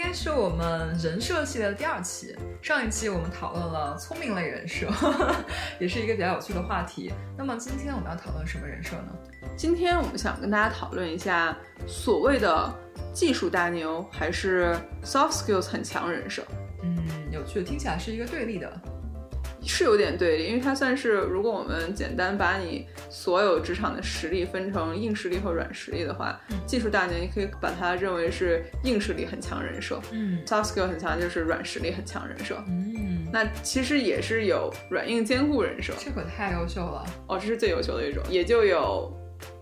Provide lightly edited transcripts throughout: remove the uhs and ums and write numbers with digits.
天是我们人设系列的第2期，上一期我们讨论了聪明类人设，也是一个比较有趣的话题。那么今天我们要讨论什么人设呢？ 今天我们想跟大家讨论一下所谓的技术大牛还是 soft skills 很强人设。 有趣，听起来是一个对立的。 是有点对立，因为它算是如果我们简单把你所有职场的实力分成硬实力和软实力的话，技术大牛你可以把它认为是硬实力很强人设，soft skill 很强就是软实力很强人设。那其实也是有软硬兼顾人设。 这可太优秀了哦，这是最优秀的一种，也就有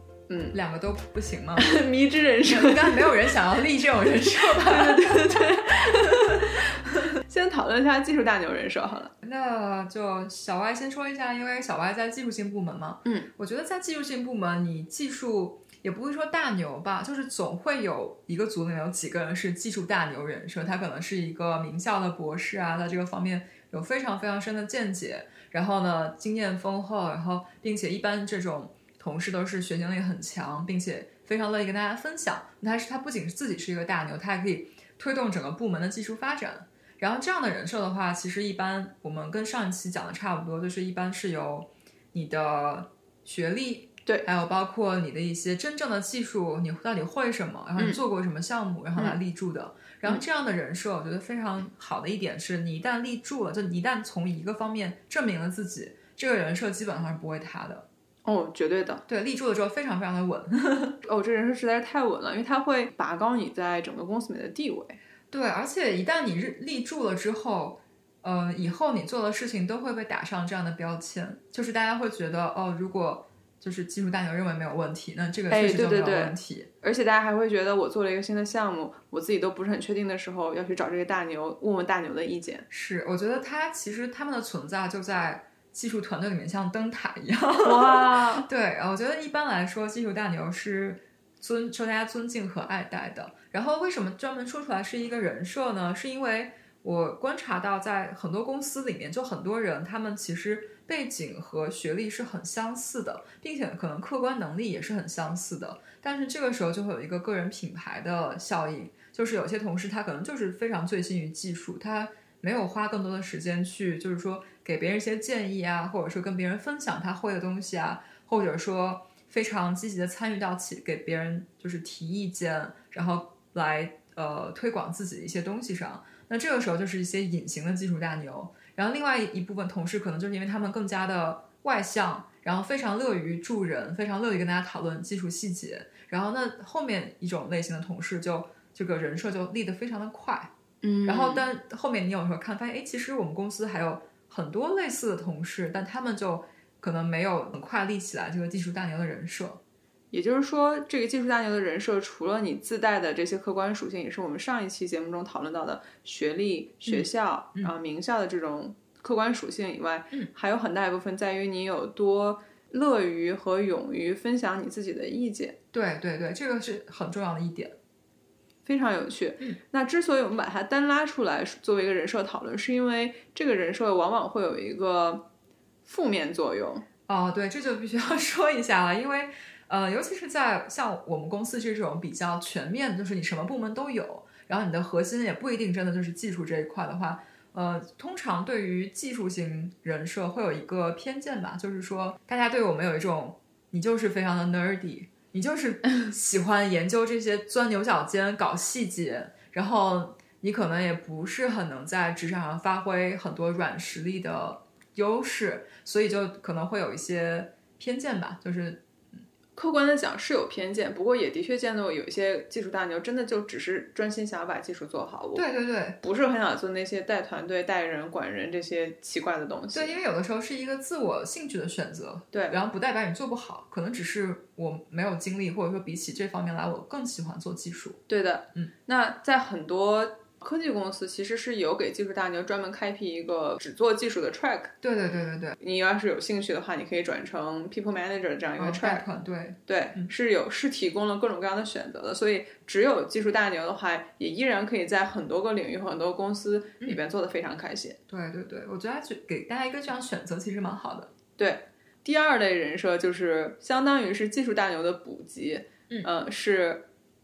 2个都不行吗？ 迷之人设， 应该没有人想要立这种人设吧？ 对。先讨论一下技术大牛人设好了。 那就小歪先说一下，因为小歪在技术性部门嘛。我觉得在技术性部门，你技术也不会说大牛吧，就是总会有一个组里面有几个人是技术大牛人设，他可能是一个名校的博士啊，在这个方面有非常非常深的见解，然后呢经验丰厚，然后并且一般这种同事都是学习能力很强，并且非常乐意跟大家分享。他不仅是自己是一个大牛，他还可以推动整个部门的技术发展。然后这样的人设的话，其实一般我们跟上一期讲的差不多，就是一般是由你的学历， 对， 还有包括你的一些真正的技术，你到底会什么，然后你做过什么项目，然后来立住的。然后这样的人设我觉得非常好的一点是，你一旦立住了，就你一旦从一个方面证明了自己，这个人设基本上是不会塌的。 哦，绝对的。 对，立住了之后非常非常的稳。 哦，这人设实在是太稳了，因为它会拔高你在整个公司里面的地位。 对，而且一旦你立住了之后，以后你做的事情都会被打上这样的标签，就是大家会觉得哦，如果就是技术大牛认为没有问题，那这个确实就没有问题。 对，而且大家还会觉得我做了一个新的项目，我自己都不是很确定的时候，要去找这个大牛问问大牛的意见。 是，我觉得其实他们的存在就在技术团队里面像灯塔一样。 哇， 对，我觉得一般来说技术大牛是受大家尊敬和爱戴的。然后为什么专门说出来是一个人设呢？是因为我观察到在很多公司里面，就很多人他们其实背景和学历是很相似的，并且可能客观能力也是很相似的，但是这个时候就会有一个个人品牌的效应，就是有些同事他可能就是非常醉心于技术，他没有花更多的时间去就是说给别人一些建议啊，或者说跟别人分享他会的东西啊，或者说非常积极的参与到给别人就是提意见，然后来推广自己的一些东西上。那这个时候就是一些隐形的技术大牛。然后另外一部分同事可能就是因为他们更加的外向，然后非常乐于助人，非常乐于跟大家讨论技术细节，然后那后面一种类型的同事就这个人设就立得非常的快。然后但后面你有时候发现其实我们公司还有很多类似的同事，但他们就可能没有很快立起来这个技术大牛的人设。 也就是说，这个技术大牛的人设除了你自带的这些客观属性，也是我们上一期节目中讨论到的学历、学校，然后名校的这种客观属性以外，还有很大一部分在于你有多乐于和勇于分享你自己的意见。 对对对，这个是很重要的一点， 非常有趣。那之所以我们把它单拉出来作为一个人设讨论，是因为这个人设往往会有一个负面作用。 哦，对，这就必须要说一下了，因为尤其是在像我们公司这种比较全面，就是你什么部门都有，然后你的核心也不一定真的就是技术这一块的话，通常对于技术型人设会有一个偏见吧，就是说大家对我们有一种你就是非常的 nerdy， 你就是喜欢研究这些钻牛角尖搞细节，然后你可能也不是很能在职场上发挥很多软实力的优势，所以就可能会有一些偏见吧，就是客观的讲是有偏见，不过也的确见到有一些技术大牛真的就只是专心想要把技术做好， 对对对， 不是很想做那些带团队、带人、管人这些奇怪的东西。 对，因为有的时候是一个自我兴趣的选择， 对， 然后不代表你做不好，可能只是我没有精力，或者说比起这方面来，我更喜欢做技术。 对的，那在很多科技公司其实是有给技术大牛专门开辟一个只做技术的 track。 对对对对对， 你要是有兴趣的话，你可以转成 people manager 这样一个 track。 团队对，是提供了各种各样的选择的，所以只有技术大牛的话，也依然可以在很多个领域和很多公司里边做得非常开心。 对对对，我觉得给大家一个这样选择其实蛮好的。 对，第二类人设就是相当于是技术大牛的补给，是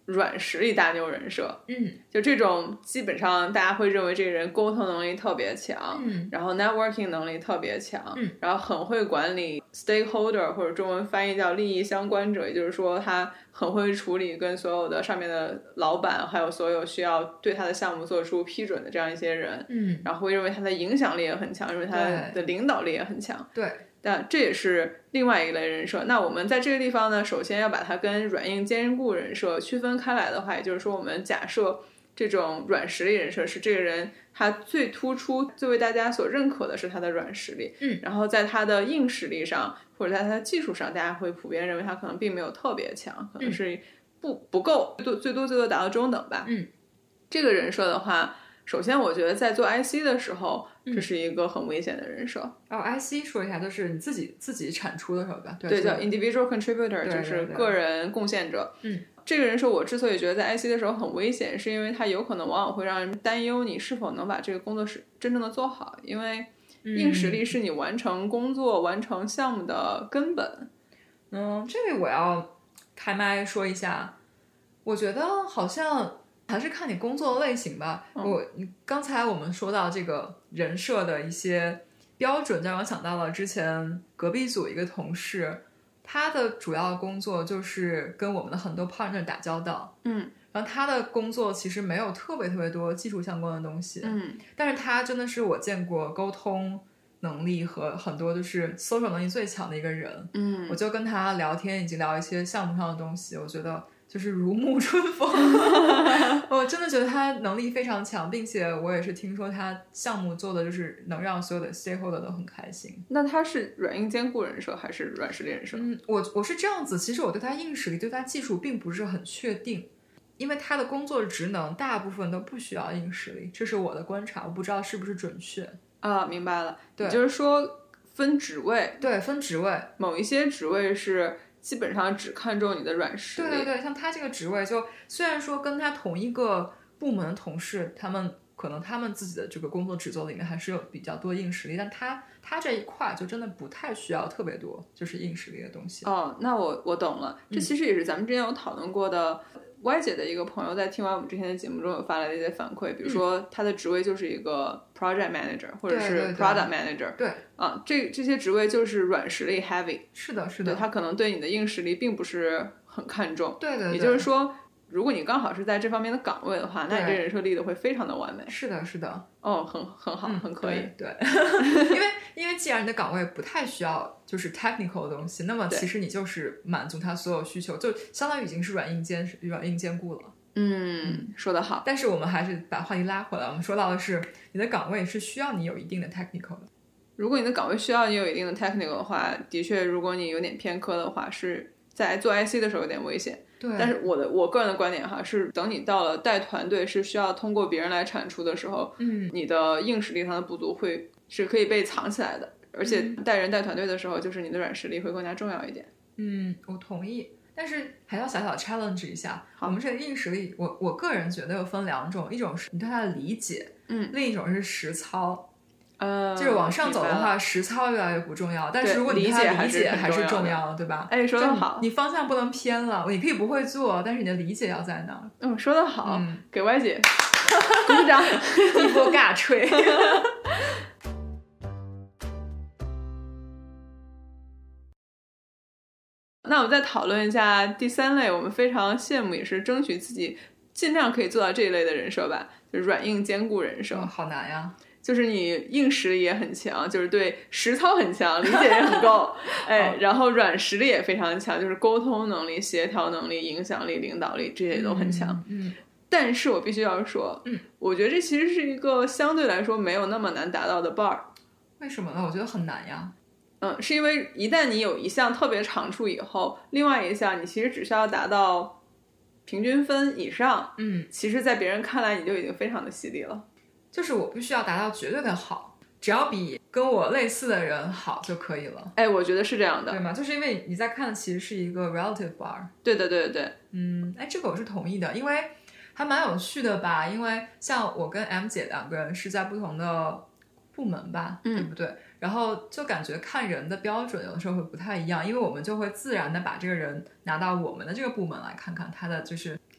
软实力大牛人设。 就这种基本上大家会认为这个人沟通能力特别强，然后 networking 能力特别强，然后很会管理 stakeholder， 或者中文翻译叫利益相关者，也就是说他很会处理跟所有的上面的老板还有所有需要对他的项目做出批准的这样一些人，然后会认为他的影响力也很强，认为他的领导力也很强。 对， 但这也是另外一类人设。那我们在这个地方呢，首先要把它跟软硬兼顾人设区分开来的话，也就是说我们假设这种软实力人设是这个人他最突出最为大家所认可的是他的软实力，然后在他的硬实力上或者在他的技术上，大家会普遍认为他可能并没有特别强，可能是不够，最多达到中等吧。这个人设的话，首先我觉得在做 IC 的时候，这是一个很危险的人设。 IC 说一下，就是你自己产出的时候吧？ 对，叫 individual contributor， 就是个人贡献者。这个人设我之所以觉得在 IC 的时候很危险，是因为它有可能往往会让人担忧你是否能把这个工作是真正的做好，因为硬实力是你完成工作、完成项目的根本。 这个我要开麦说一下，我觉得好像还是看你工作的类型吧。刚才我们说到这个人设的一些标准，让我想到了之前隔壁组一个同事，他的主要工作就是跟我们的很多 partner 打交道，然后他的工作其实没有特别多技术相关的东西，但是他真的是我见过沟通能力和很多就是 social 能力最强的一个人。我就跟他聊天，以及聊一些项目上的东西，我觉得就是如沐春风。我真的觉得他能力非常强，并且我也是听说他项目做的就是能让所有的 stakeholder 都很开心。 那他是软硬兼顾人设还是软实力人设？ 我是这样子，其实我对他硬实力对他技术并不是很确定，因为他的工作职能大部分都不需要硬实力，这是我的观察，我不知道是不是准确。 明白了。 对， 也就是说分职位。 对，分职位， 某一些职位是基本上只看重你的软实力。 对，像他这个职位，就虽然说跟他同一个部门的同事，他们自己的这个工作职责里面还是有比较多硬实力，但他这一块就真的不太需要特别多就是硬实力的东西。 那我懂了，这其实也是咱们之前有讨论过的。Y 姐的一个朋友在听完我们之前的节目中有发来的一些反馈，比如说他的职位就是一个 project manager 或者是 product manager。 对这些职位就是软实力 heavy。 是的对，他可能对你的硬实力并不是很看重。 对， 也就是说如果你刚好是在这方面的岗位的话，那你这人设立的会非常的完美。 是的很好，很可以。 对因为既然你的岗位不太需要就是 technical 的东西，那么其实你就是满足他所有需求，就相当于已经是软硬兼顾了。 说得好。 但是我们还是把话题拉回来，我们说到的是你的岗位是需要你有一定的 technical 的。 如果你的岗位需要你有一定的 technical 的话，的确如果你有点偏科的话，是在做 IC 的时候有点危险。 对， 但是我个人的观点是等你到了带团队是需要通过别人来产出的时候，你的硬实力上的不足是可以被藏起来的，而且带团队的时候，就是你的软实力会更加重要一点。 我同意，但是还要小 challenge 一下。我们这个硬实力，我个人觉得有分两种，一种是你对它的理解，另一种是实操。就是往上走的话，实操越来越不重要，但是如果你对它理解还是重要的，对吧？ 说得好， 你方向不能偏了，你可以不会做，但是你的理解要在那儿。 说得好，给 Y 姐鼓掌， 一波尬吹。 那我们再讨论一下第三类，我们非常羡慕也是争取自己尽量可以做到这一类的人设吧，就是软硬兼顾人设。 好难呀。 就是你硬实力也很强，就是对实操很强，理解也很够然后软实力也非常强，就是沟通能力、协调能力、影响力、领导力这些都很强。但是我必须要说，我觉得这其实是一个相对来说没有那么难达到的 bar。 为什么呢？我觉得很难呀。 是因为一旦你有一项特别长处以后，另外一项你其实只需要达到平均分以上，其实在别人看来你就已经非常的犀利了。 就是我不需要达到绝对的好，只要比跟我类似的人好就可以了。 我觉得是这样的， 对吗？就是因为你在看的其实是一个 relative bar。 对， 这个我是同意的，因为还蛮有趣的吧，因为像我跟 M 姐两个人是在不同的部门吧，对不对？然后就感觉看人的标准有的时候会不太一样，因为我们就会自然的把这个人拿到我们的这个部门来看看他的就是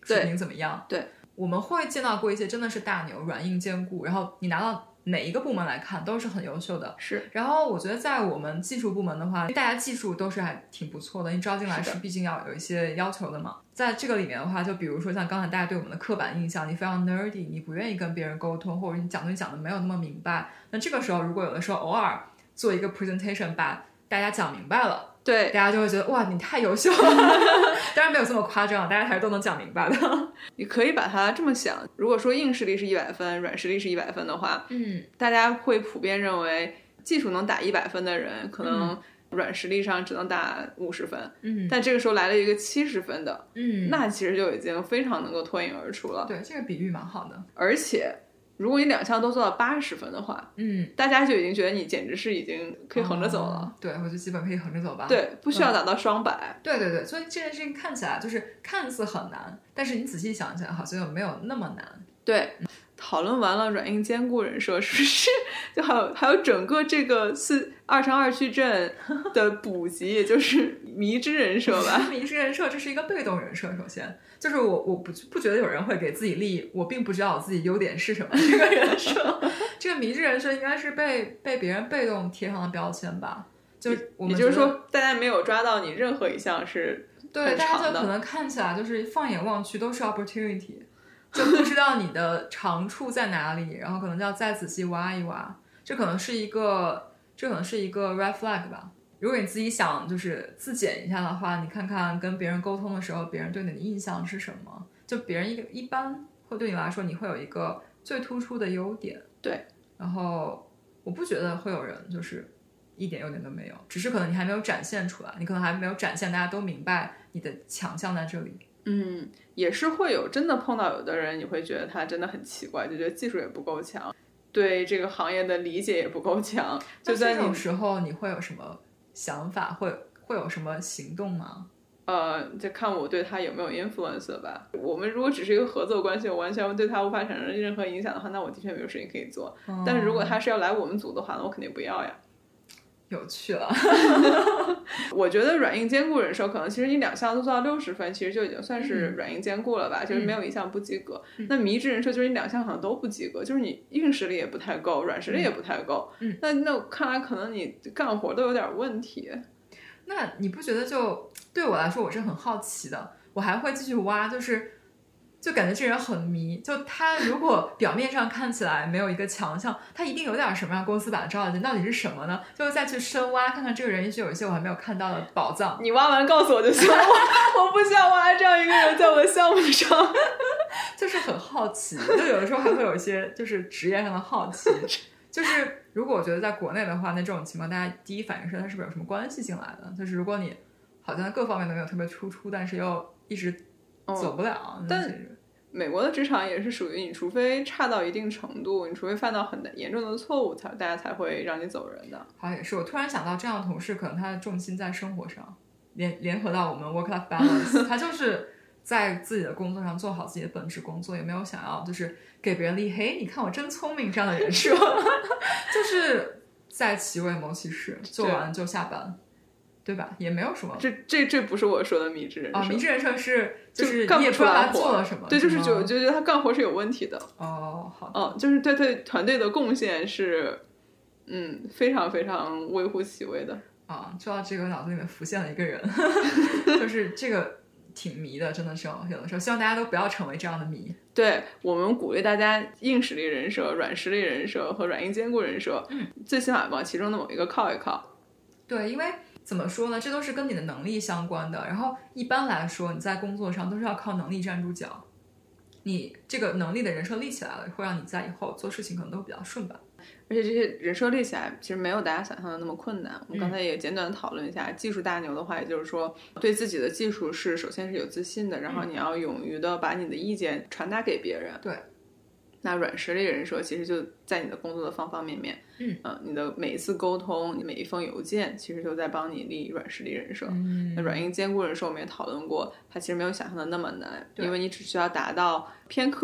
水平怎么样。 对， 我们会见到过一些真的是大牛，软硬兼顾，然后你拿到哪一个部门来看都是很优秀的。 是。 然后我觉得在我们技术部门的话，大家技术都是还挺不错的，你招进来是毕竟要有一些要求的嘛。在这个里面的话，就比如说像刚才大家对我们的刻板印象，你非常 nerdy， 你不愿意跟别人沟通，或者你讲东西讲的没有那么明白，那这个时候如果有的时候偶尔做一个 presentation 把大家讲明白了， 对， 大家就会觉得哇你太优秀了当然没有这么夸张，大家还是都能讲明白的你可以把它这么想，如果说硬实力是100分，软实力是100分的话，大家会普遍认为技术能打100分的人可能软实力上只能打50分，但这个时候来了一个70分的，那其实就已经非常能够脱颖而出了。 对，这个比喻蛮好的。 而且如果你2项都做到80分的话，大家就已经觉得你简直是已经可以横着走了。 对，我就基本可以横着走吧。 对，不需要达到双百。 对对对，所以这件事情看起来就是看似很难，但是你仔细想起来好像又没有那么难。 对，讨论完了软硬兼顾人设，是不是就还有整个这个是2乘2矩阵的补习，也就是迷之人设吧？ 迷之人设这是一个被动人设，首先就是我不觉得有人会给自己立我并不知道我自己优点是什么这个人设这个迷之人设应该是被别人被动贴上的标签吧。就是我们也就是说大家没有抓到你任何一项是对，大家就可能看起来就是放眼望去都是 opportunity， 就不知道你的长处在哪里然后可能就要再仔细挖一挖，这可能是一个 red flag 吧。如果你自己想就是自检一下的话，你看看跟别人沟通的时候别人对你的印象是什么，就别人一般会对你来说你会有一个最突出的优点。 对， 然后我不觉得会有人就是一点优点都没有，只是可能你还没有展现出来，你可能还没有展现大家都明白你的强项在这里。 也是会有真的碰到有的人你会觉得他真的很奇怪，就觉得技术也不够强，对这个行业的理解也不够强。就在这种时候你会有什么想法，会有什么行动吗？ 就看我对他有没有 influence 吧。我们如果只是一个合作关系，我完全对他无法产生任何影响的话，那我的确没有事情可以做。但是如果他是要来我们组的话，那我肯定不要呀。 有趣了我觉得软硬兼顾人设可能其实你2项都做到60分其实就已经算是软硬兼顾了吧，就是没有一项不及格。那迷之人设就是你2项可能都不及格，就是你硬实力也不太够，软实力也不太够。那看来可能你干活都有点问题。 那你不觉得就对我来说我是很好奇的，我还会继续挖，就感觉这人很迷，就他如果表面上看起来没有一个强项，他一定有点什么让公司把他招进，到底是什么呢？就再去深挖，看看这个人也许有一些我还没有看到的宝藏。 你挖完告诉我就行了我不想挖这样一个人在我的项目上就是很好奇，就有的时候还会有一些就是职业上的好奇就是如果我觉得在国内的话，那这种情况大家第一反应是他是不是有什么关系进来的，就是如果你好像各方面都没有特别突出，但是又一直走不了。 但美国的职场也是属于你除非差到一定程度，你除非犯到很严重的错误，大家才会让你走人的。 好，也是我突然想到这样的同事可能他的重心在生活上，联合到我们 work-life balance 他就是在自己的工作上做好自己的本职工作，也没有想要就是给别人立嘿你看我真聪明这样的人设就是在其位谋其事，做完就下班，对吧？也没有什么。 这不是我说的迷之人设。 迷之人设是就是干不出来活， 你也不知道他做了什么。 对，就是就觉得他干活是有问题的。 好的。 就是对团队的贡献是非常非常微乎其微的。 说到这个，脑子里面浮现了一个人就是这个挺迷的，真的是有的时候希望大家都不要成为这样的迷。 对，我们鼓励大家硬实力人设、软实力人设和软硬兼顾人设，最起码往其中的某一个靠一靠。 对，因为怎么说呢，这都是跟你的能力相关的，然后一般来说你在工作上都是要靠能力站住脚，你这个能力的人设立起来了，会让你在以后做事情可能都比较顺吧。 而且这些人设立起来其实没有大家想象的那么困难。我们刚才也简短讨论一下，技术大牛的话也就是说对自己的技术是首先是有自信的，然后你要勇于的把你的意见传达给别人。 对， 那软实力人设其实就在你的工作的方方面面，你的每一次沟通，你每一封邮件其实就在帮你立软实力人设。那软硬兼顾人设我们也讨论过，它其实没有想象的那么难，因为你只需要达到偏科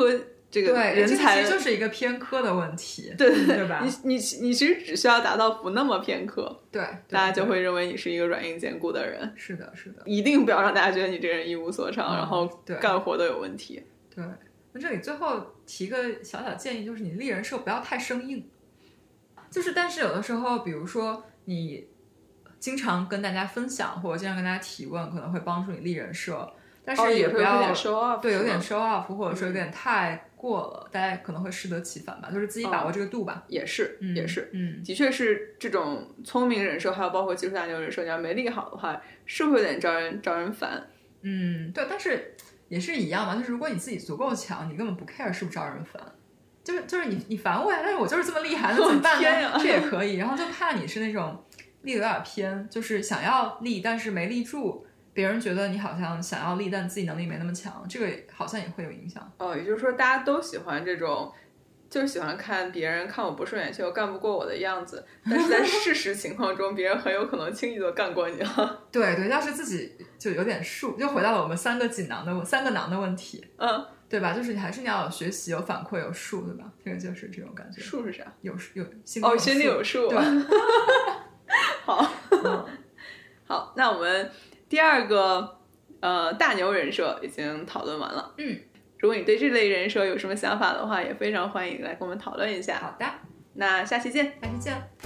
这个人才， 这其实就是一个偏科的问题， 对吧？ 你其实只需要达到不那么偏科， 对， 大家就会认为你是一个软硬兼顾的人。 是的，是的， 一定不要让大家觉得你这人一无所长，然后干活都有问题。 对，那这里最后提个小小建议，就是你立人设不要太生硬，就是但是有的时候，比如说你经常跟大家分享或者经常跟大家提问，可能会帮助你立人设。但是也不要、 有点 show off， 对，有点 show off， 或者说有点太过了，大家可能会适得其反吧，就是自己把握这个度吧。 也是，的确是这种聪明人设，还有包括技术大牛人设，你要没立好的话，是会有点招人烦。 对，但是也是一样嘛，就是如果你自己足够强，你根本不 care 是不是招人烦，就是你烦我呀，但是我就是这么厉害，那怎么办呢？这也可以，然后就怕你是那种立得有点偏，就是想要立但是没立住。别人觉得你好像想要立，但自己能力没那么强，这个好像也会有影响。 也就是说，大家都喜欢这种，就是喜欢看别人看我不顺眼却又干不过我的样子，但是在事实情况中，别人很有可能轻易就干过你了。 对，要是自己就有点数，就回到了我们三个囊的问题，对吧？就是你要有学习、有反馈、有数，对吧？这个就是这种感觉。 数是啥？ 有心里有数。 对， 好，好，那我们第二个大牛人设已经讨论完了。如果你对这类人设有什么想法的话，也非常欢迎来跟我们讨论一下。 好的， 那下期见。 下期见。